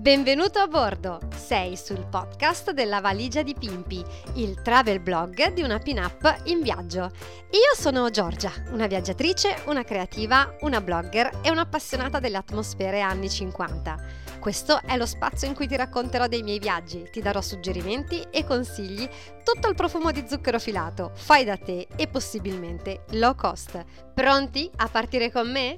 Benvenuto a bordo! Sei sul podcast della Valigia di Pimpi, il travel blog di una pin-up in viaggio. Io sono Giorgia, una viaggiatrice, una creativa, una blogger e un'appassionata delle atmosfere anni 50. Questo è lo spazio in cui ti racconterò dei miei viaggi, ti darò suggerimenti e consigli, tutto il profumo di zucchero filato, fai da te e possibilmente low cost. Pronti a partire con me?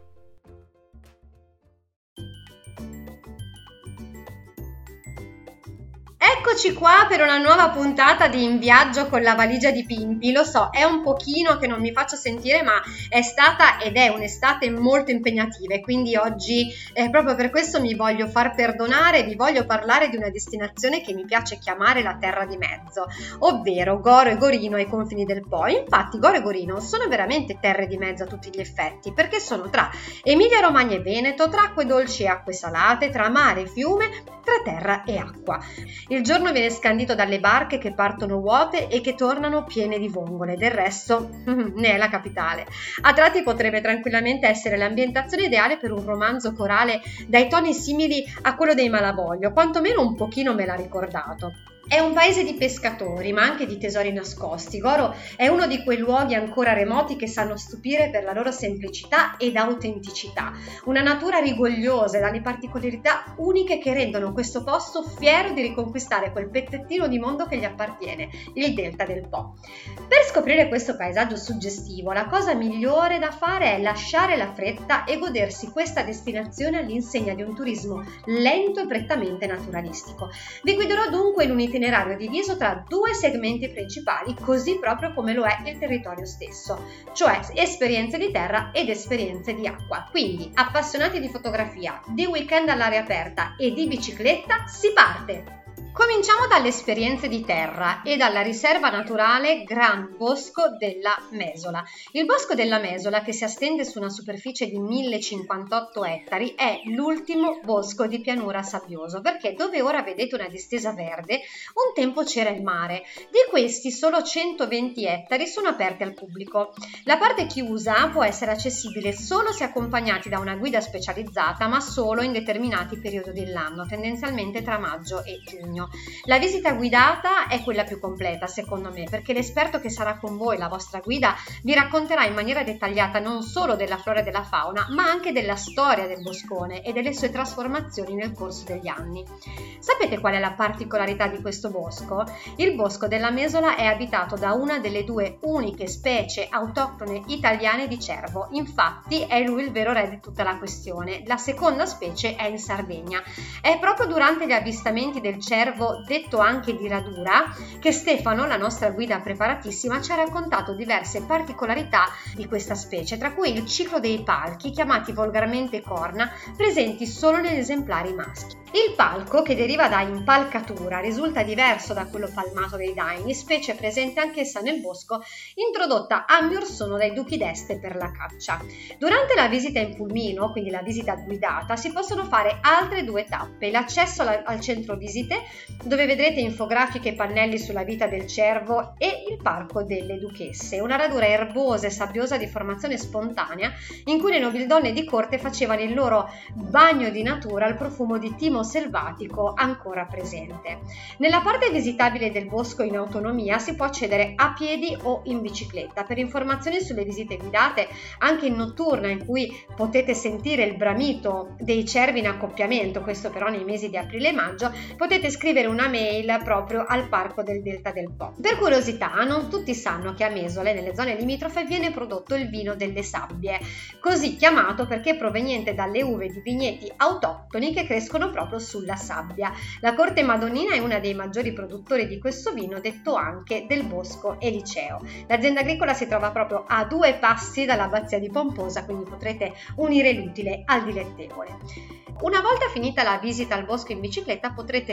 Eccoci qua per una nuova puntata di In Viaggio con la Valigia di Pimpi. Lo so, è un pochino che non mi faccio sentire, ma è stata ed è un'estate molto impegnativa e quindi oggi proprio per questo mi voglio far perdonare e vi voglio parlare di una destinazione che mi piace chiamare la terra di mezzo, ovvero Goro e Gorino ai confini del Po. Infatti Goro e Gorino sono veramente terre di mezzo a tutti gli effetti, perché sono tra Emilia Romagna e Veneto, tra acque dolci e acque salate, tra mare e fiume, tra terra e acqua. Il giorno viene scandito dalle barche che partono vuote e che tornano piene di vongole, del resto ne è la capitale. A tratti potrebbe tranquillamente essere l'ambientazione ideale per un romanzo corale dai toni simili a quello dei Malavoglio, quantomeno un pochino me l'ha ricordato. È un paese di pescatori, ma anche di tesori nascosti. Goro è uno di quei luoghi ancora remoti che sanno stupire per la loro semplicità ed autenticità. Una natura rigogliosa e dalle particolarità uniche che rendono questo posto fiero di riconquistare quel pezzettino di mondo che gli appartiene, il Delta del Po. Per scoprire questo paesaggio suggestivo, la cosa migliore da fare è lasciare la fretta e godersi questa destinazione all'insegna di un turismo lento e prettamente naturalistico. Vi guiderò dunque in un itinerario diviso tra due segmenti principali, così proprio come lo è il territorio stesso, cioè esperienze di terra ed esperienze di acqua. Quindi, appassionati di fotografia, di weekend all'aria aperta e di bicicletta, si parte! Cominciamo dalle esperienze di terra e dalla riserva naturale Gran Bosco della Mesola. Il Bosco della Mesola, che si estende su una superficie di 1058 ettari, è l'ultimo bosco di pianura sabbioso, perché dove ora vedete una distesa verde, un tempo c'era il mare. Di questi solo 120 ettari sono aperti al pubblico. La parte chiusa può essere accessibile solo se accompagnati da una guida specializzata, ma solo in determinati periodi dell'anno, tendenzialmente tra maggio e giugno. La visita guidata è quella più completa, secondo me, perché l'esperto che sarà con voi, la vostra guida, vi racconterà in maniera dettagliata non solo della flora e della fauna, ma anche della storia del boscone e delle sue trasformazioni nel corso degli anni. Sapete qual è la particolarità di questo bosco? Il Bosco della Mesola è abitato da una delle due uniche specie autoctone italiane di cervo. Infatti è lui il vero re di tutta la questione. La seconda specie è in Sardegna. È proprio durante gli avvistamenti del cervo, detto anche di radura, che Stefano, la nostra guida preparatissima, ci ha raccontato diverse particolarità di questa specie, tra cui il ciclo dei palchi, chiamati volgarmente corna, presenti solo negli esemplari maschi. Il palco, che deriva da impalcatura, risulta diverso da quello palmato dei daini, specie presente anch'essa nel bosco, introdotta a Miorsone dai duchi d'Este per la caccia. Durante la visita in pulmino, quindi la visita guidata, si possono fare altre due tappe: l'accesso al centro visite, dove vedrete infografiche e pannelli sulla vita del cervo, e il Parco delle Duchesse, una radura erbosa e sabbiosa di formazione spontanea in cui le nobildonne di corte facevano il loro bagno di natura al profumo di timo selvatico ancora presente. Nella parte visitabile del bosco in autonomia si può accedere a piedi o in bicicletta. Per informazioni sulle visite guidate, anche in notturna, in cui potete sentire il bramito dei cervi in accoppiamento, questo però nei mesi di aprile e maggio, potete scrivere una mail proprio al Parco del Delta del Po. Per curiosità, non tutti sanno che a Mesole, nelle zone limitrofe, viene prodotto il vino delle sabbie, così chiamato perché è proveniente dalle uve di vigneti autoctoni che crescono proprio sulla sabbia. La Corte Madonnina è una dei maggiori produttori di questo vino, detto anche del Bosco Eliceo. L'azienda agricola si trova proprio a 2 passi dall'abbazia di Pomposa, quindi potrete unire l'utile al dilettevole. Una volta finita la visita al bosco in bicicletta, potrete risalire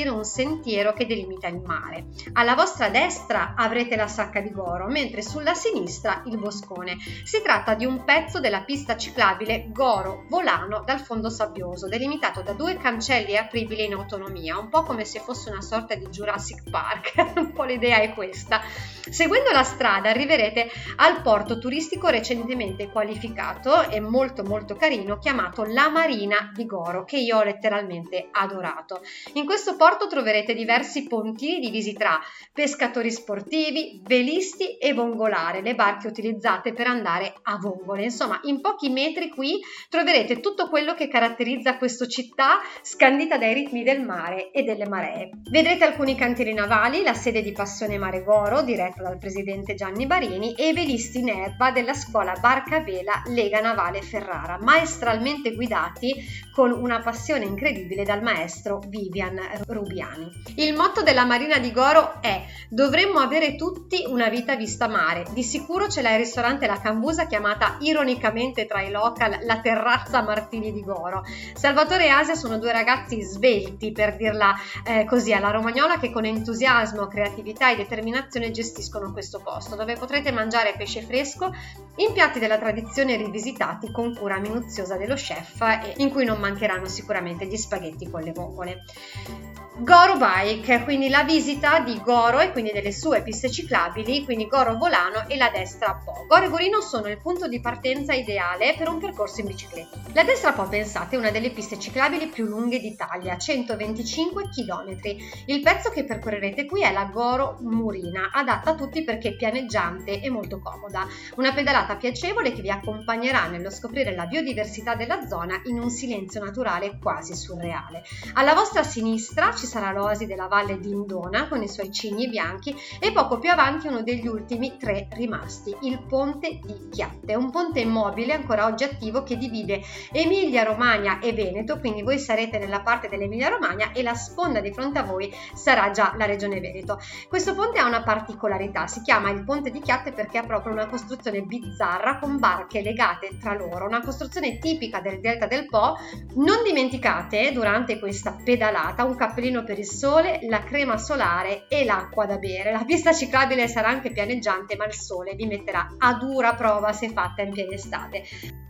inserire un sentiero che delimita il mare. Alla vostra destra avrete la Sacca di Goro, mentre sulla sinistra il boscone. Si tratta di un pezzo della pista ciclabile Goro-Volano dal fondo sabbioso, delimitato da 2 cancelli apribili in autonomia, un po' come se fosse una sorta di Jurassic Park, un po' l'idea è questa. Seguendo la strada arriverete al porto turistico recentemente qualificato e molto molto carino chiamato La Marina di Goro, che io ho letteralmente adorato. In questo porto troverete diversi pontini divisi tra pescatori sportivi, velisti e vongolare, le barche utilizzate per andare a vongole. Insomma, in pochi metri qui troverete tutto quello che caratterizza questa città scandita dai ritmi del mare e delle maree. Vedrete alcuni cantieri navali, la sede di Passione Mare Goro, diretta dal presidente Gianni Barini, e i velisti in erba della scuola Barca Vela Lega Navale Ferrara, maestralmente guidati con una passione incredibile dal maestro Vivian Rubiani. Il motto della Marina di Goro è: dovremmo avere tutti una vita vista mare. Di sicuro ce l'ha il ristorante La Cambusa, chiamata ironicamente tra i local la Terrazza Martini di Goro. Salvatore e Asia sono 2 ragazzi svelti, per dirla così alla romagnola, che con entusiasmo, creatività e determinazione gestiscono questo posto, dove potrete mangiare pesce fresco in piatti della tradizione rivisitati con cura minuziosa dello chef, e in cui non mancheranno sicuramente gli spaghetti con le vongole. Goro Bike, quindi la visita di Goro e quindi delle sue piste ciclabili, quindi Goro Volano e la destra Po. Goro e Gorino sono il punto di partenza ideale per un percorso in bicicletta. La destra Po, pensate, è una delle piste ciclabili più lunghe d'Italia, 125 km. Il pezzo che percorrerete qui è la Goro Murina, adatta a tutti perché è pianeggiante e molto comoda. Una pedalata piacevole che vi accompagnerà nello scoprire la biodiversità della zona in un silenzio naturale quasi surreale. Alla vostra sinistra ci sarà l'oasi della Valle di Indona con i suoi cigni bianchi e poco più avanti uno degli ultimi 3 rimasti, il Ponte di Chiatte, un ponte immobile ancora oggi attivo che divide Emilia Romagna e Veneto, quindi voi sarete nella parte dell'Emilia Romagna e la sponda di fronte a voi sarà già la regione Veneto. Questo ponte ha una particolarità, si chiama il Ponte di Chiatte perché ha proprio una costruzione bizzarra con barche legate tra loro, una costruzione tipica del delta del Po. Non dimenticate durante questa pedalata un cappellino per il sole, la crema solare e l'acqua da bere. La pista ciclabile sarà anche pianeggiante, ma il sole vi metterà a dura prova se fatta in piena estate.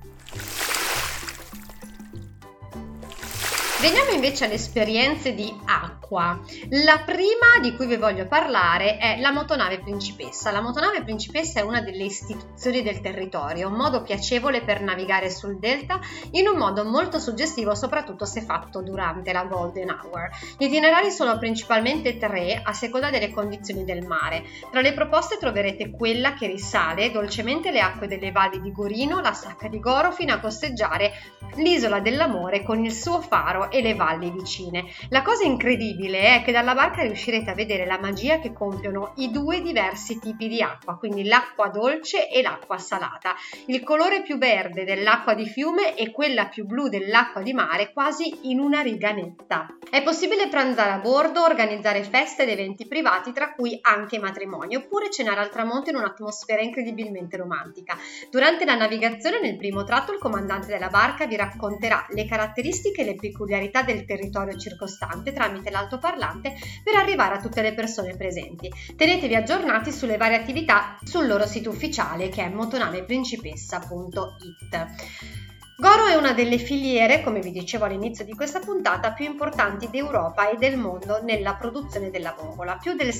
Veniamo invece alle esperienze di acqua. La prima di cui vi voglio parlare è la motonave Principessa. La motonave Principessa è una delle istituzioni del territorio, un modo piacevole per navigare sul delta in un modo molto suggestivo, soprattutto se fatto durante la Golden Hour. Gli itinerari sono principalmente 3 a seconda delle condizioni del mare. Tra le proposte troverete quella che risale dolcemente le acque delle valli di Gorino, la Sacca di Goro, fino a costeggiare l'isola dell'amore con il suo faro e le valli vicine. La cosa incredibile è che dalla barca riuscirete a vedere la magia che compiono i 2 diversi tipi di acqua, quindi l'acqua dolce e l'acqua salata. Il colore più verde dell'acqua di fiume e quella più blu dell'acqua di mare, quasi in una riga netta. È possibile pranzare a bordo, organizzare feste ed eventi privati, tra cui anche matrimoni, oppure cenare al tramonto in un'atmosfera incredibilmente romantica. Durante la navigazione nel primo tratto il comandante della barca vi racconterà le caratteristiche e le peculiarità del territorio circostante tramite l'altoparlante per arrivare a tutte le persone presenti. Tenetevi aggiornati sulle varie attività sul loro sito ufficiale, che è motonaveprincipessa.it. Goro è una delle filiere, come vi dicevo all'inizio di questa puntata, più importanti d'Europa e del mondo nella produzione della vongola. Più del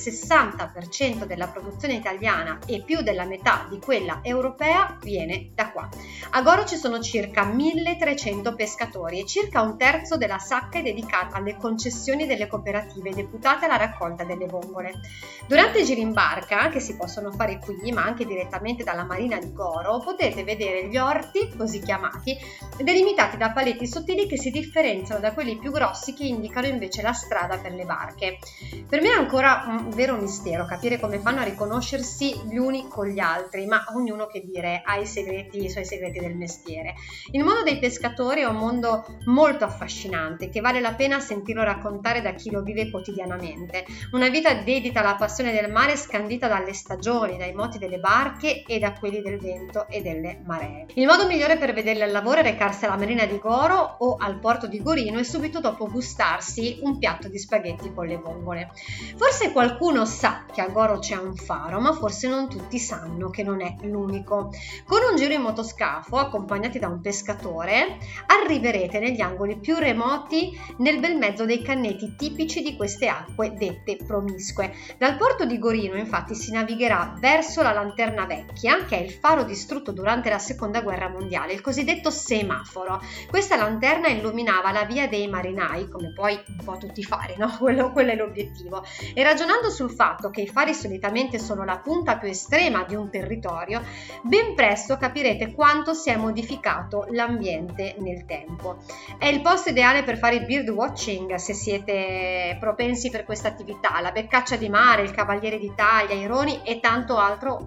60% della produzione italiana e più della metà di quella europea viene da qua. A Goro ci sono circa 1300 pescatori e circa un terzo della sacca è dedicata alle concessioni delle cooperative deputate alla raccolta delle vongole. Durante i giri in barca, che si possono fare qui ma anche direttamente dalla Marina di Goro, potete vedere gli orti, così chiamati, delimitati da paletti sottili che si differenziano da quelli più grossi che indicano invece la strada per le barche. Per me è ancora un vero mistero capire come fanno a riconoscersi gli uni con gli altri, ma ognuno, che dire, ha i suoi segreti del mestiere. Il mondo dei pescatori è un mondo molto affascinante che vale la pena sentirlo raccontare da chi lo vive quotidianamente. Una vita dedita alla passione del mare, scandita dalle stagioni, dai moti delle barche e da quelli del vento e delle maree. Il modo migliore per vederli al lavoro Amore recarsi alla Marina di Goro o al porto di Gorino e subito dopo gustarsi un piatto di spaghetti con le vongole. Forse qualcuno sa che a Goro c'è un faro, ma forse non tutti sanno che non è l'unico. Con un giro in motoscafo, accompagnati da un pescatore, arriverete negli angoli più remoti nel bel mezzo dei canneti tipici di queste acque dette promiscue. Dal porto di Gorino infatti si navigherà verso la Lanterna Vecchia, che è il faro distrutto durante la seconda guerra mondiale, il cosiddetto semaforo. Questa lanterna illuminava la via dei marinai, come poi un po' tutti i fari, no? Quello è l'obiettivo. E ragionando sul fatto che i fari solitamente sono la punta più estrema di un territorio, ben presto capirete quanto si è modificato l'ambiente nel tempo. È il posto ideale per fare il bird watching se siete propensi per questa attività. La beccaccia di mare, il Cavaliere d'Italia, i roni e tanto altro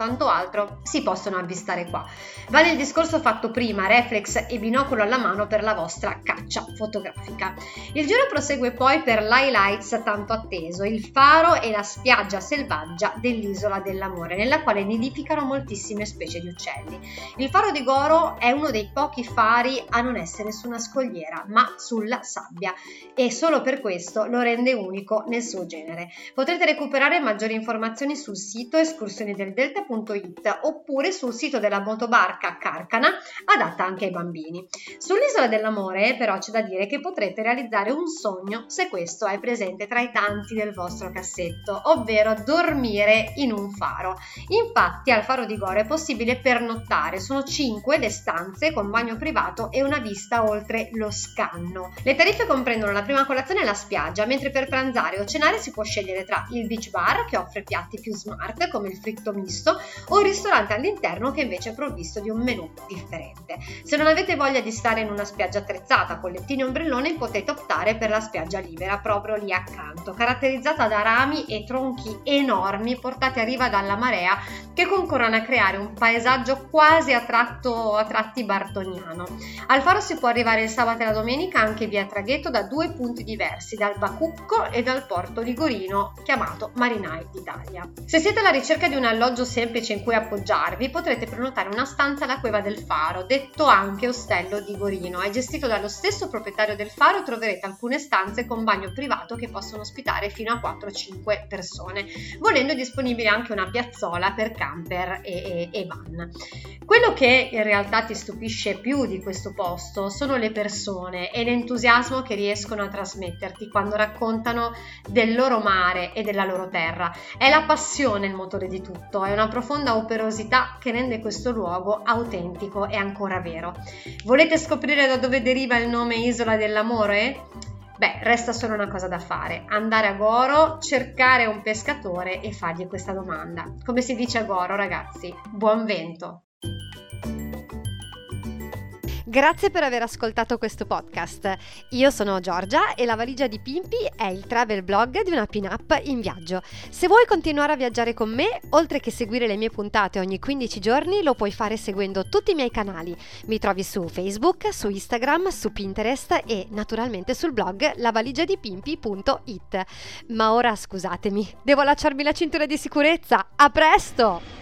si possono avvistare qua. Vale il discorso fatto prima, reflex e binocolo alla mano per la vostra caccia fotografica. Il giro prosegue poi per l'highlights tanto atteso, il faro e la spiaggia selvaggia dell'Isola dell'Amore, nella quale nidificano moltissime specie di uccelli. Il faro di Goro è uno dei pochi fari a non essere su una scogliera, ma sulla sabbia, e solo per questo lo rende unico nel suo genere. Potrete recuperare maggiori informazioni sul sito escursionideldelta.it oppure sul sito della motobarca Carcana, adatta anche ai bambini. Sull'Isola dell'Amore però c'è da dire che potrete realizzare un sogno se questo è presente tra i tanti del vostro cassetto, ovvero dormire in un faro. Infatti al faro di Goro è possibile pernottare, sono 5 le stanze con bagno privato e una vista oltre lo Scanno. Le tariffe comprendono la prima colazione e la spiaggia, mentre per pranzare o cenare si può scegliere tra il beach bar, che offre piatti più smart come il fritto misto, o il ristorante all'interno, che invece è provvisto di un menù differente. Se non avete voglia di stare in una spiaggia attrezzata con lettini e ombrelloni, potete optare per la spiaggia libera proprio lì accanto, caratterizzata da rami e tronchi enormi portati a riva dalla marea, che concorrono a creare un paesaggio quasi a tratti bartoniano. Al faro si può arrivare il sabato e la domenica anche via traghetto da 2 punti diversi, dal Bacucco e dal porto di Gorino, chiamato Marinai d'Italia. Se siete alla ricerca di un alloggio semplice in cui appoggiarvi, potrete prenotare una stanza alla Cueva del Faro, detto anche Ostello di Gorino. È gestito dallo stesso proprietario del faro e troverete alcune stanze con bagno privato che possono ospitare fino a 4-5 persone. Volendo è disponibile anche una piazzola per camper e van. Quello che in realtà ti stupisce più di questo posto sono le persone e l'entusiasmo che riescono a trasmetterti quando raccontano del loro mare e della loro terra. È la passione il motore di tutto, è una profonda operosità che rende questo luogo autentico e ancora vero. Volete scoprire da dove deriva il nome Isola dell'Amore? Beh, resta solo una cosa da fare: andare a Goro, cercare un pescatore e fargli questa domanda. Come si dice a Goro, ragazzi? Buon vento! Grazie per aver ascoltato questo podcast. Io sono Giorgia e La Valigia di Pimpi è il travel blog di una pin-up in viaggio. Se vuoi continuare a viaggiare con me, oltre che seguire le mie puntate ogni 15 giorni, lo puoi fare seguendo tutti i miei canali. Mi trovi su Facebook, su Instagram, su Pinterest e naturalmente sul blog lavaligiadipimpi.it. Ma ora scusatemi, devo allacciarmi la cintura di sicurezza. A presto!